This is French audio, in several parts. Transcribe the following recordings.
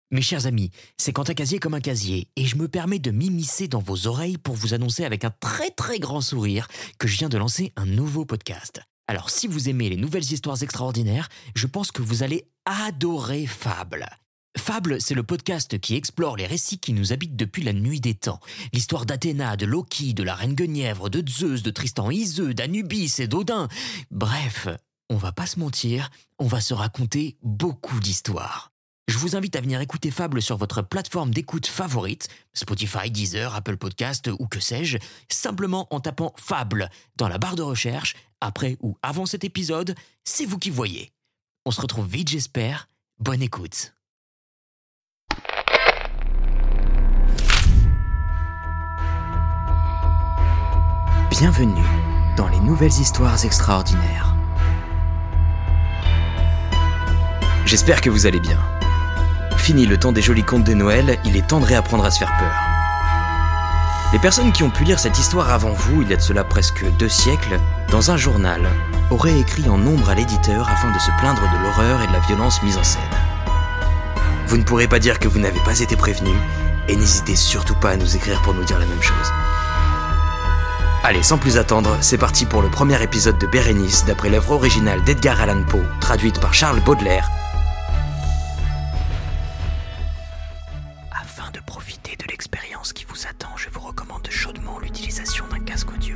Mes chers amis, c'est Quentin Casier comme un casier et je me permets de m'immiscer dans vos oreilles pour vous annoncer avec un très très grand sourire que je viens de lancer un nouveau podcast. Alors si vous aimez les nouvelles histoires extraordinaires, je pense que vous allez adorer Fable. Fable, c'est le podcast qui explore les récits qui nous habitent depuis la nuit des temps. L'histoire d'Athéna, de Loki, de la reine Guenièvre, de Zeus, de Tristan et Iseux, d'Anubis et d'Odin. Bref, on va pas se mentir, on va se raconter beaucoup d'histoires. Je vous invite à venir écouter Fable sur votre plateforme d'écoute favorite, Spotify, Deezer, Apple Podcast ou que sais-je, simplement en tapant Fable dans la barre de recherche. Après ou avant cet épisode, c'est vous qui voyez. On se retrouve vite, j'espère. Bonne écoute. Bienvenue dans les nouvelles histoires extraordinaires. J'espère que vous allez bien. Fini le temps des jolis contes de Noël, il est temps de réapprendre à se faire peur. Les personnes qui ont pu lire cette histoire avant vous, il y a de cela presque 2 siècles, dans un journal, auraient écrit en nombre à l'éditeur afin de se plaindre de l'horreur et de la violence mise en scène. Vous ne pourrez pas dire que vous n'avez pas été prévenu, et n'hésitez surtout pas à nous écrire pour nous dire la même chose. Allez, sans plus attendre, c'est parti pour le premier épisode de Bérénice, d'après l'œuvre originale d'Edgar Allan Poe, traduite par Charles Baudelaire. Afin de profiter de l'expérience qui vous attend, je vous recommande chaudement l'utilisation d'un casque audio.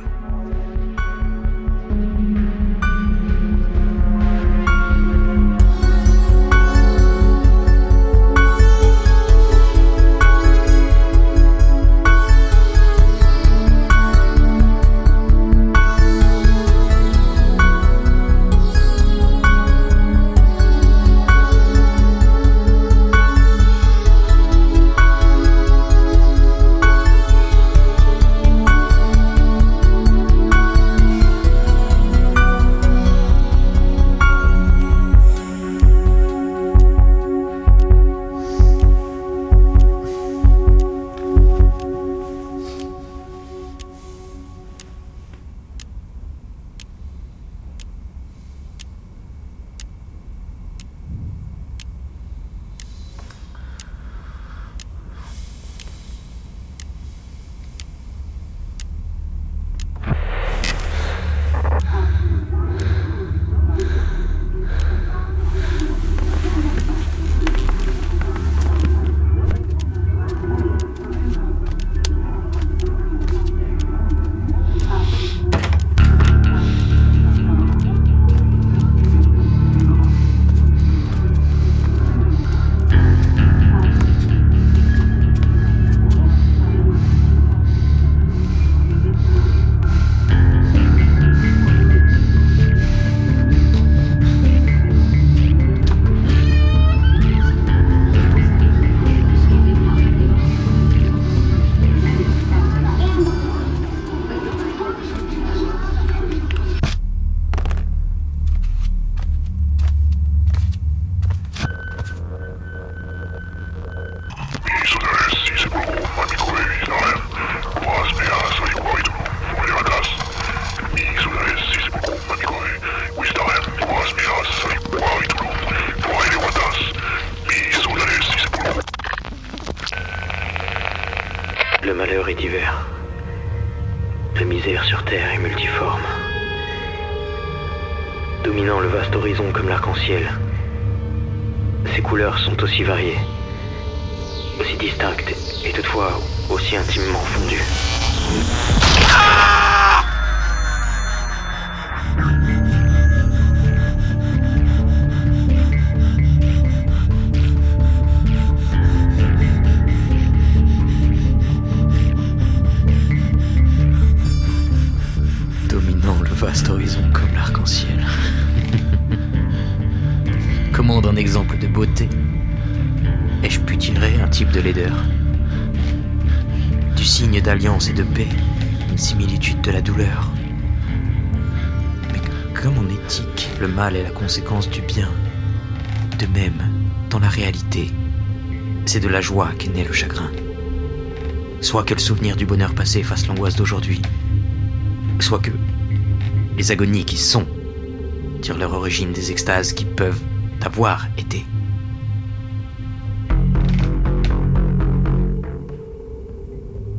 Le malheur est divers. La misère sur terre est multiforme. Dominant le vaste horizon comme l'arc-en-ciel, ses couleurs sont aussi variées, aussi distinctes et toutefois aussi intimement fondues. Vaste horizon comme l'arc-en-ciel. Commande un exemple de beauté. Ai-je pu tirer un type de laideur? Du signe d'alliance et de paix, une similitude de la douleur. Mais comme en éthique, le mal est la conséquence du bien. De même, dans la réalité, c'est de la joie qu'est né le chagrin. Soit que le souvenir du bonheur passé fasse l'angoisse d'aujourd'hui, soit que les agonies qui sont tirent leur origine des extases qui peuvent avoir été.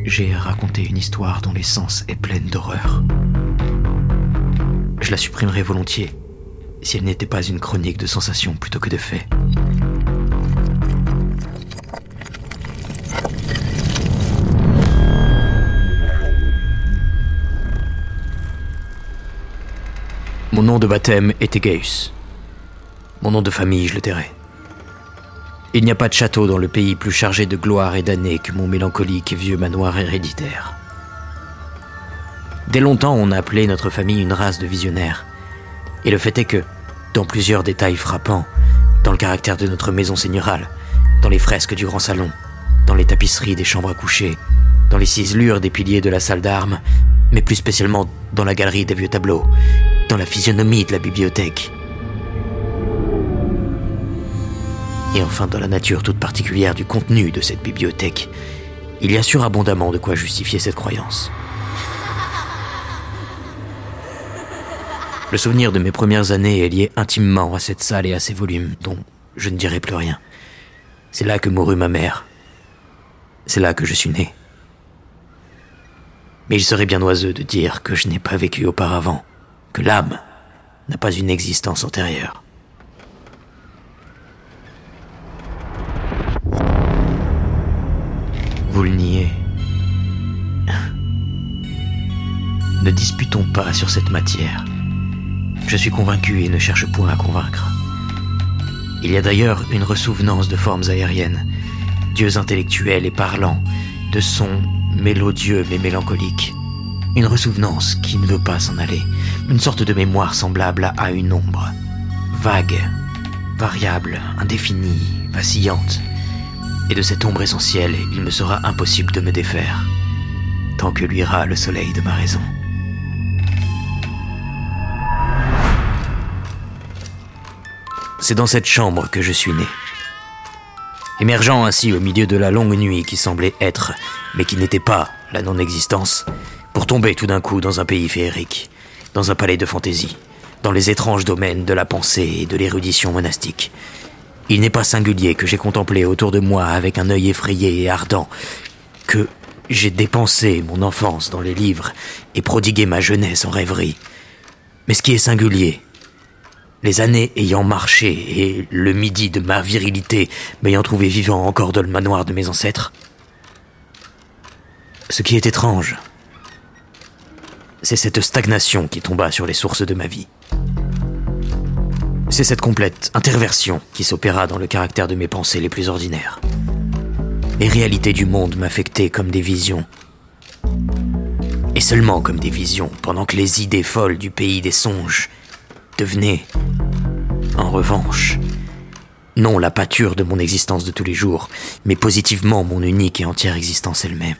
j'ai raconté une histoire dont l'essence est pleine d'horreur. Je la supprimerais volontiers si elle n'était pas une chronique de sensations plutôt que de faits. Mon nom de baptême est Egaeus. Mon nom de famille, je le tairai. Il n'y a pas de château dans le pays plus chargé de gloire et d'années que mon mélancolique et vieux manoir héréditaire. Dès longtemps, on a appelé notre famille une race de visionnaires. Et le fait est que, dans plusieurs détails frappants, dans le caractère de notre maison seigneurale, dans les fresques du grand salon, dans les tapisseries des chambres à coucher, dans les ciselures des piliers de la salle d'armes, mais plus spécialement dans la galerie des vieux tableaux, dans la physionomie de la bibliothèque, et enfin dans la nature toute particulière du contenu de cette bibliothèque, il y a surabondamment de quoi justifier cette croyance. Le souvenir de mes premières années est lié intimement à cette salle et à ses volumes, dont je ne dirai plus rien. C'est là que mourut ma mère. C'est là que je suis né. Mais il serait bien oiseux de dire que je n'ai pas vécu auparavant, que l'âme n'a pas une existence antérieure. Vous le niez. Ne disputons pas sur cette matière. Je suis convaincu et ne cherche point à convaincre. Il y a d'ailleurs une ressouvenance de formes aériennes, dieux intellectuels et parlants, de sons mélodieux mais mélancoliques. Une ressouvenance qui ne veut pas s'en aller, une sorte de mémoire semblable à une ombre, vague, variable, indéfinie, vacillante. Et de cette ombre essentielle, il me sera impossible de me défaire, tant que luira le soleil de ma raison. C'est dans cette chambre que je suis né. Émergeant ainsi au milieu de la longue nuit qui semblait être, mais qui n'était pas, la non-existence, pour tomber tout d'un coup dans un pays féerique, dans un palais de fantaisie, dans les étranges domaines de la pensée et de l'érudition monastique. Il n'est pas singulier que j'ai contemplé autour de moi avec un œil effrayé et ardent, que j'ai dépensé mon enfance dans les livres et prodigué ma jeunesse en rêverie. Mais ce qui est singulier, les années ayant marché et le midi de ma virilité m'ayant trouvé vivant encore dans le manoir de mes ancêtres, ce qui est étrange, c'est cette stagnation qui tomba sur les sources de ma vie. C'est cette complète interversion qui s'opéra dans le caractère de mes pensées les plus ordinaires. Les réalités du monde m'affectaient comme des visions. Et seulement comme des visions, pendant que les idées folles du pays des songes devenaient, en revanche, non la pâture de mon existence de tous les jours, mais positivement mon unique et entière existence elle-même.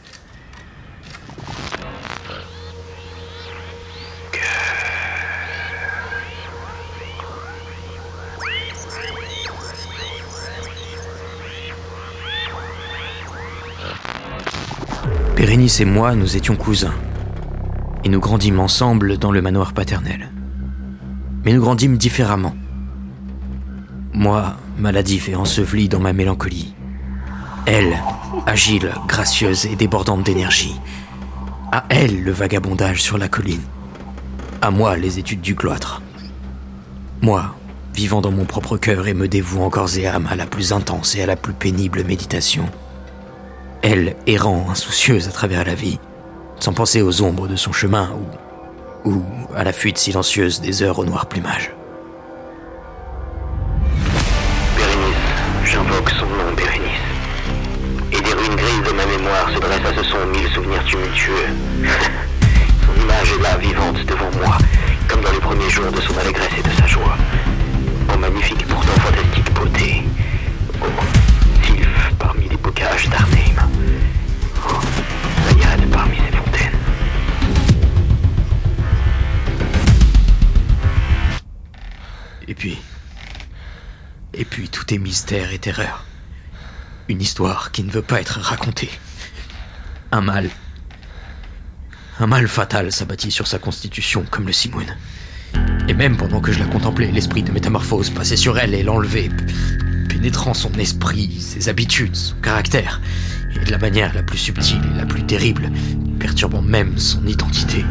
Bérénice et moi, nous étions cousins, et nous grandîmes ensemble dans le manoir paternel. Mais nous grandîmes différemment. Moi, maladif et enseveli dans ma mélancolie. Elle, agile, gracieuse et débordante d'énergie. À elle, le vagabondage sur la colline. À moi, les études du cloître. Moi, vivant dans mon propre cœur et me dévouant corps et âme à la plus intense et à la plus pénible méditation. Elle, errant, insoucieuse à travers la vie, sans penser aux ombres de son chemin ou à la fuite silencieuse des heures au noir plumage. Bérénice, j'invoque son nom, Bérénice. Et des ruines grises de ma mémoire se dressent à ce son 1000 souvenirs tumultueux. Son image est là, vivante devant moi, comme dans les premiers jours de son allégresse et de sa joie. En magnifique et pourtant fantastique beauté. Oh, sylphe parmi les bocages d'Arnhem. Oh, naïade parmi ses fontaines. Et puis tout est mystère et terreur. Une histoire qui ne veut pas être racontée. Un mal fatal s'abattit sur sa constitution comme le simoun. Et même pendant que je la contemplais, l'esprit de métamorphose passait sur elle et l'enlevait pénétrant son esprit, ses habitudes, son caractère, et de la manière la plus subtile et la plus terrible, perturbant même son identité.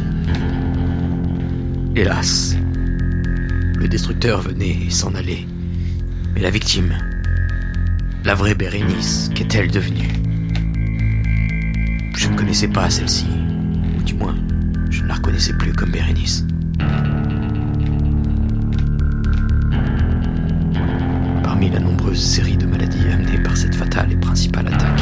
Hélas, le destructeur venait et s'en allait. Mais la victime, la vraie Bérénice, qu'est-elle devenue? Je ne connaissais pas celle-ci, ou du moins, je ne la reconnaissais plus comme Bérénice. Parmi la nombreuse série de maladies amenées par cette fatale et principale attaque,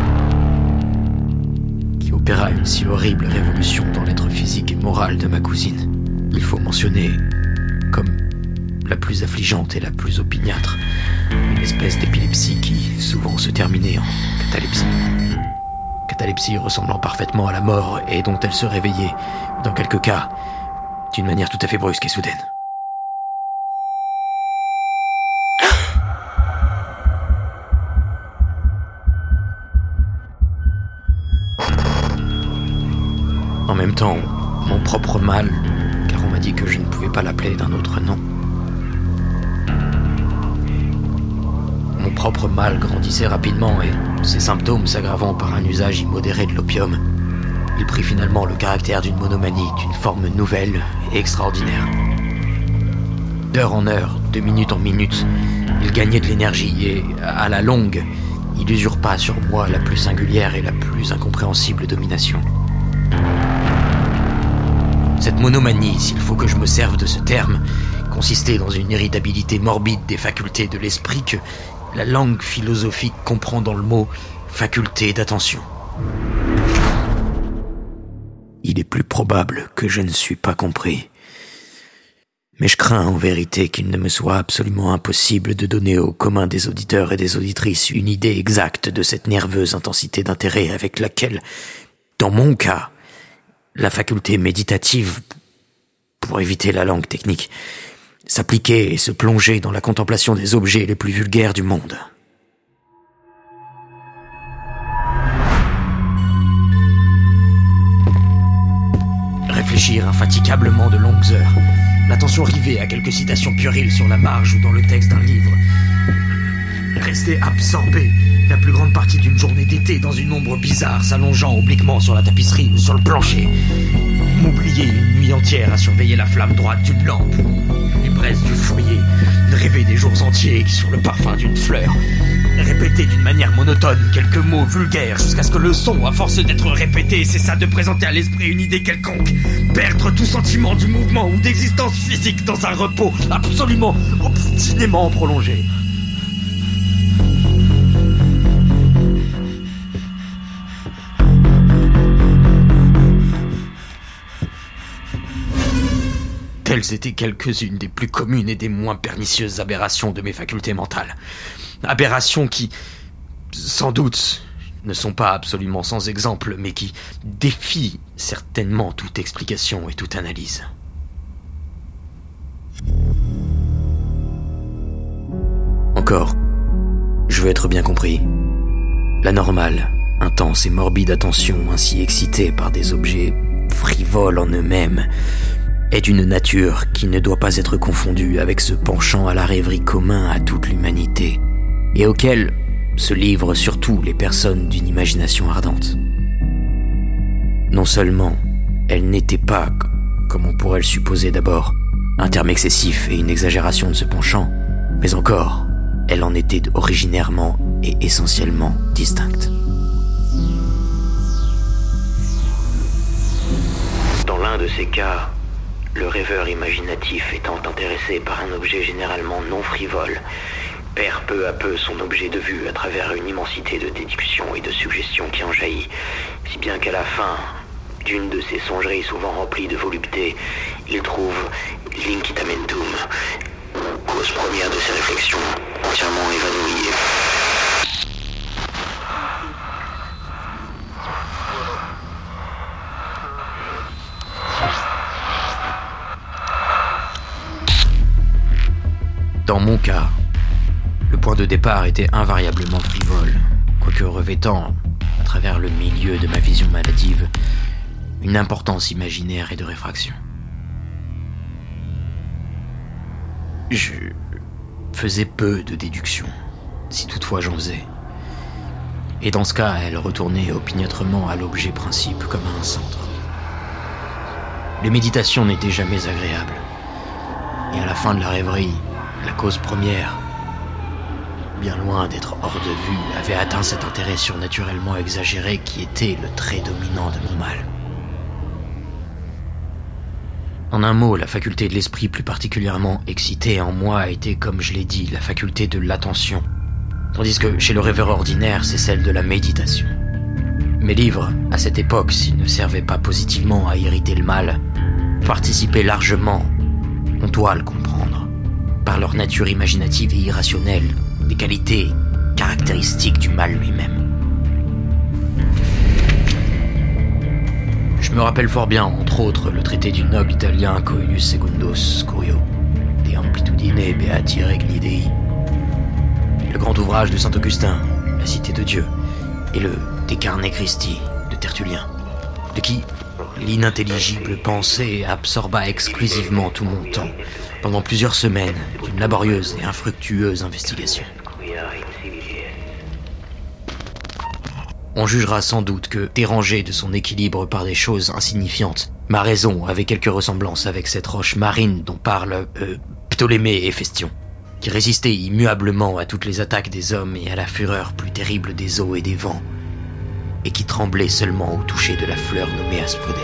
qui opéra une si horrible révolution dans l'être physique et moral de ma cousine, il faut mentionner, comme la plus affligeante et la plus opiniâtre, une espèce d'épilepsie qui souvent se terminait en catalepsie. Catalepsie ressemblant parfaitement à la mort et dont elle se réveillait, dans quelques cas, d'une manière tout à fait brusque et soudaine. En même temps, mon propre mal, car on m'a dit que je ne pouvais pas l'appeler d'un autre nom. Mon propre mal grandissait rapidement et, ses symptômes s'aggravant par un usage immodéré de l'opium, il prit finalement le caractère d'une monomanie d'une forme nouvelle et extraordinaire. D'heure en heure, de minute en minute, il gagnait de l'énergie et, à la longue, il usurpa sur moi la plus singulière et la plus incompréhensible domination. Cette monomanie, s'il faut que je me serve de ce terme, consistait dans une irritabilité morbide des facultés de l'esprit que la langue philosophique comprend dans le mot « faculté d'attention ». Il est plus probable que je ne suis pas compris. Mais je crains en vérité qu'il ne me soit absolument impossible de donner au commun des auditeurs et des auditrices une idée exacte de cette nerveuse intensité d'intérêt avec laquelle, dans mon cas, la faculté méditative, pour éviter la langue technique, s'appliquait et se plongeait dans la contemplation des objets les plus vulgaires du monde. Réfléchir infatigablement de longues heures, l'attention rivée à quelques citations puériles sur la marge ou dans le texte d'un livre. Rester absorbé la plus grande partie d'une journée d'été dans une ombre bizarre s'allongeant obliquement sur la tapisserie ou sur le plancher. M'oublier une nuit entière à surveiller la flamme droite d'une lampe ou les braises du foyer. Rêver des jours entiers sur le parfum d'une fleur. Répéter d'une manière monotone quelques mots vulgaires jusqu'à ce que le son, à force d'être répété, cessa de présenter à l'esprit une idée quelconque. Perdre tout sentiment du mouvement ou d'existence physique dans un repos absolument, obstinément prolongé. Telles étaient quelques-unes des plus communes et des moins pernicieuses aberrations de mes facultés mentales. Aberrations qui, sans doute, ne sont pas absolument sans exemple, mais qui défient certainement toute explication et toute analyse. Encore, je veux être bien compris. La normale, intense et morbide attention ainsi excitée par des objets frivoles en eux-mêmes est d'une nature qui ne doit pas être confondue avec ce penchant à la rêverie commun à toute l'humanité, et auquel se livrent surtout les personnes d'une imagination ardente. Non seulement elle n'était pas, comme on pourrait le supposer d'abord, un terme excessif et une exagération de ce penchant, mais encore, elle en était originairement et essentiellement distincte. Dans l'un de ces cas, le rêveur imaginatif étant intéressé par un objet généralement non frivole, perd peu à peu son objet de vue à travers une immensité de déductions et de suggestions qui en jaillit, si bien qu'à la fin d'une de ces songeries souvent remplies de volupté, il trouve l'incitamentum, cause première de ses réflexions, entièrement évanouie. Dans mon cas, le point de départ était invariablement frivole, quoique revêtant, à travers le milieu de ma vision maladive, une importance imaginaire et de réfraction. faisais peu de déductions, si toutefois j'en faisais. Et dans ce cas, elle retournait opiniâtrement à l'objet principe comme à un centre. Les méditations n'étaient jamais agréables. Et à la fin de la rêverie, la cause première, bien loin d'être hors de vue, avait atteint cet intérêt surnaturellement exagéré qui était le trait dominant de mon mal. En un mot, la faculté de l'esprit plus particulièrement excitée en moi était, comme je l'ai dit, la faculté de l'attention, tandis que chez le rêveur ordinaire, c'est celle de la méditation. Mes livres, à cette époque, s'ils ne servaient pas positivement à irriter le mal, participaient largement, on doit le comprendre, par leur nature imaginative et irrationnelle, des qualités caractéristiques du mal lui-même. Je me rappelle fort bien, entre autres, le traité du noble italien Coelius Secundus Curio, De Amplitudine Beati Regni Dei, le grand ouvrage de saint Augustin, La Cité de Dieu, et le De Carne Christi de Tertullien, de qui l'inintelligible pensée absorba exclusivement tout mon temps, pendant plusieurs semaines, d'une laborieuse et infructueuse investigation. On jugera sans doute que, dérangé de son équilibre par des choses insignifiantes, ma raison avait quelque ressemblance avec cette roche marine dont parlent Ptolémée et Héphaïstion, qui résistait immuablement à toutes les attaques des hommes et à la fureur plus terrible des eaux et des vents, et qui tremblait seulement au toucher de la fleur nommée asphodèle.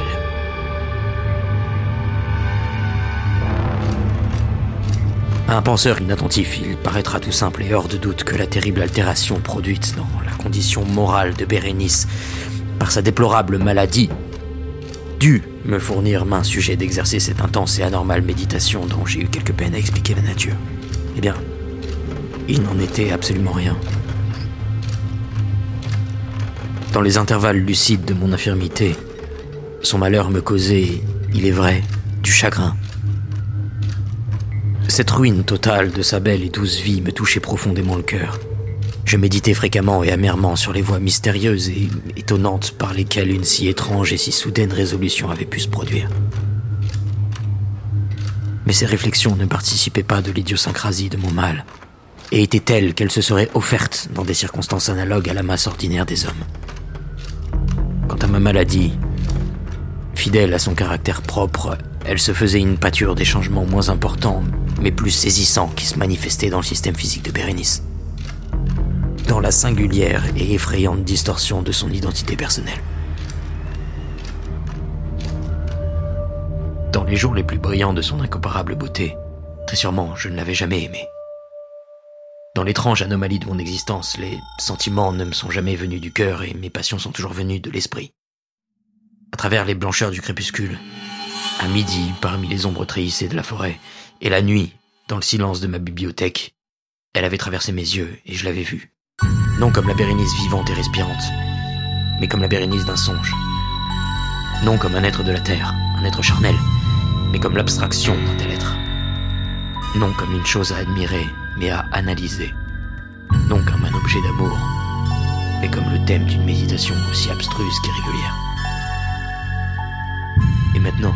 À un penseur inattentif, il paraîtra tout simple et hors de doute que la terrible altération produite dans la condition morale de Bérénice par sa déplorable maladie dut me fournir maint sujet d'exercer cette intense et anormale méditation dont j'ai eu quelque peine à expliquer la nature. Eh bien, il n'en était absolument rien. Dans les intervalles lucides de mon infirmité, son malheur me causait, il est vrai, du chagrin. Cette ruine totale de sa belle et douce vie me touchait profondément le cœur. Je méditais fréquemment et amèrement sur les voies mystérieuses et étonnantes par lesquelles une si étrange et si soudaine résolution avait pu se produire. Mais ces réflexions ne participaient pas de l'idiosyncrasie de mon mal, et étaient telles qu'elles se seraient offertes dans des circonstances analogues à la masse ordinaire des hommes. Quant à ma maladie, fidèle à son caractère propre, elle se faisait une pâture des changements moins importants, mais plus saisissants qui se manifestaient dans le système physique de Bérénice, dans la singulière et effrayante distorsion de son identité personnelle. Dans les jours les plus brillants de son incomparable beauté, très sûrement je ne l'avais jamais aimée. Dans l'étrange anomalie de mon existence, les sentiments ne me sont jamais venus du cœur et mes passions sont toujours venues de l'esprit. À travers les blancheurs du crépuscule, à midi, parmi les ombres trahissées de la forêt, et la nuit, dans le silence de ma bibliothèque, elle avait traversé mes yeux et je l'avais vue. Non comme la Bérénice vivante et respirante, mais comme la Bérénice d'un songe. Non comme un être de la terre, un être charnel, mais comme l'abstraction d'un tel être. Non comme une chose à admirer, mais à analyser. Non comme un objet d'amour, mais comme le thème d'une méditation aussi abstruse qu'irrégulière. Et maintenant,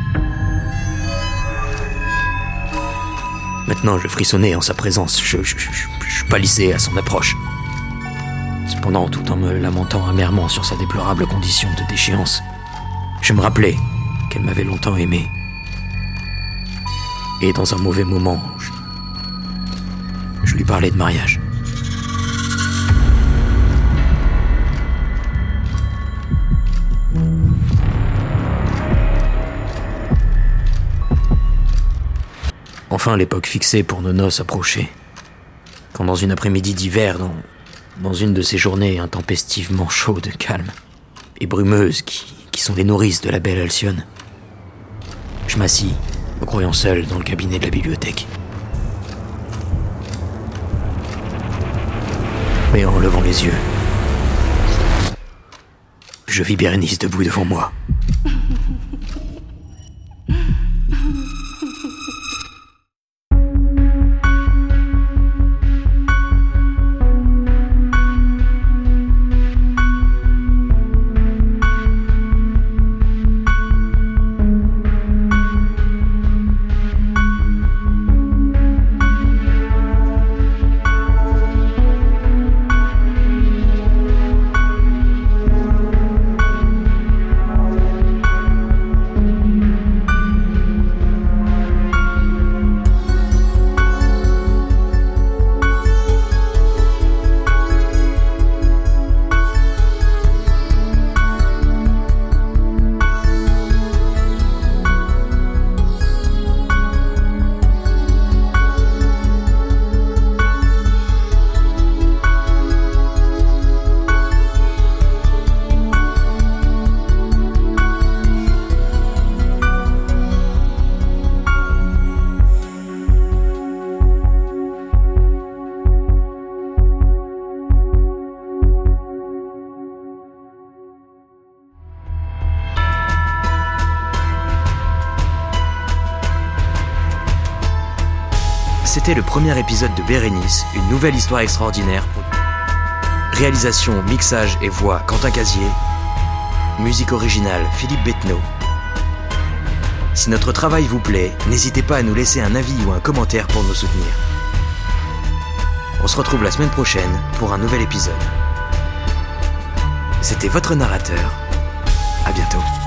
je frissonnais en sa présence, je pâlissais à son approche. Cependant, tout en me lamentant amèrement sur sa déplorable condition de déchéance, je me rappelais qu'elle m'avait longtemps aimé. Et dans un mauvais moment, je lui parlais de mariage. Enfin, l'époque fixée pour nos noces approchait. Quand dans une après-midi d'hiver, dans une de ces journées intempestivement chaudes, calmes et brumeuses qui sont les nourrices de la belle Alcyone, je m'assis, me croyant seul dans le cabinet de la bibliothèque. Mais en levant les yeux, je vis Bérénice debout devant moi. c'était le premier épisode de Bérénice, une nouvelle histoire extraordinaire. Réalisation, mixage et voix, Quentin Casier. Musique originale, Philippe Bettenot. Si notre travail vous plaît, n'hésitez pas à nous laisser un avis ou un commentaire pour nous soutenir. On se retrouve la semaine prochaine pour un nouvel épisode. C'était votre narrateur. À bientôt.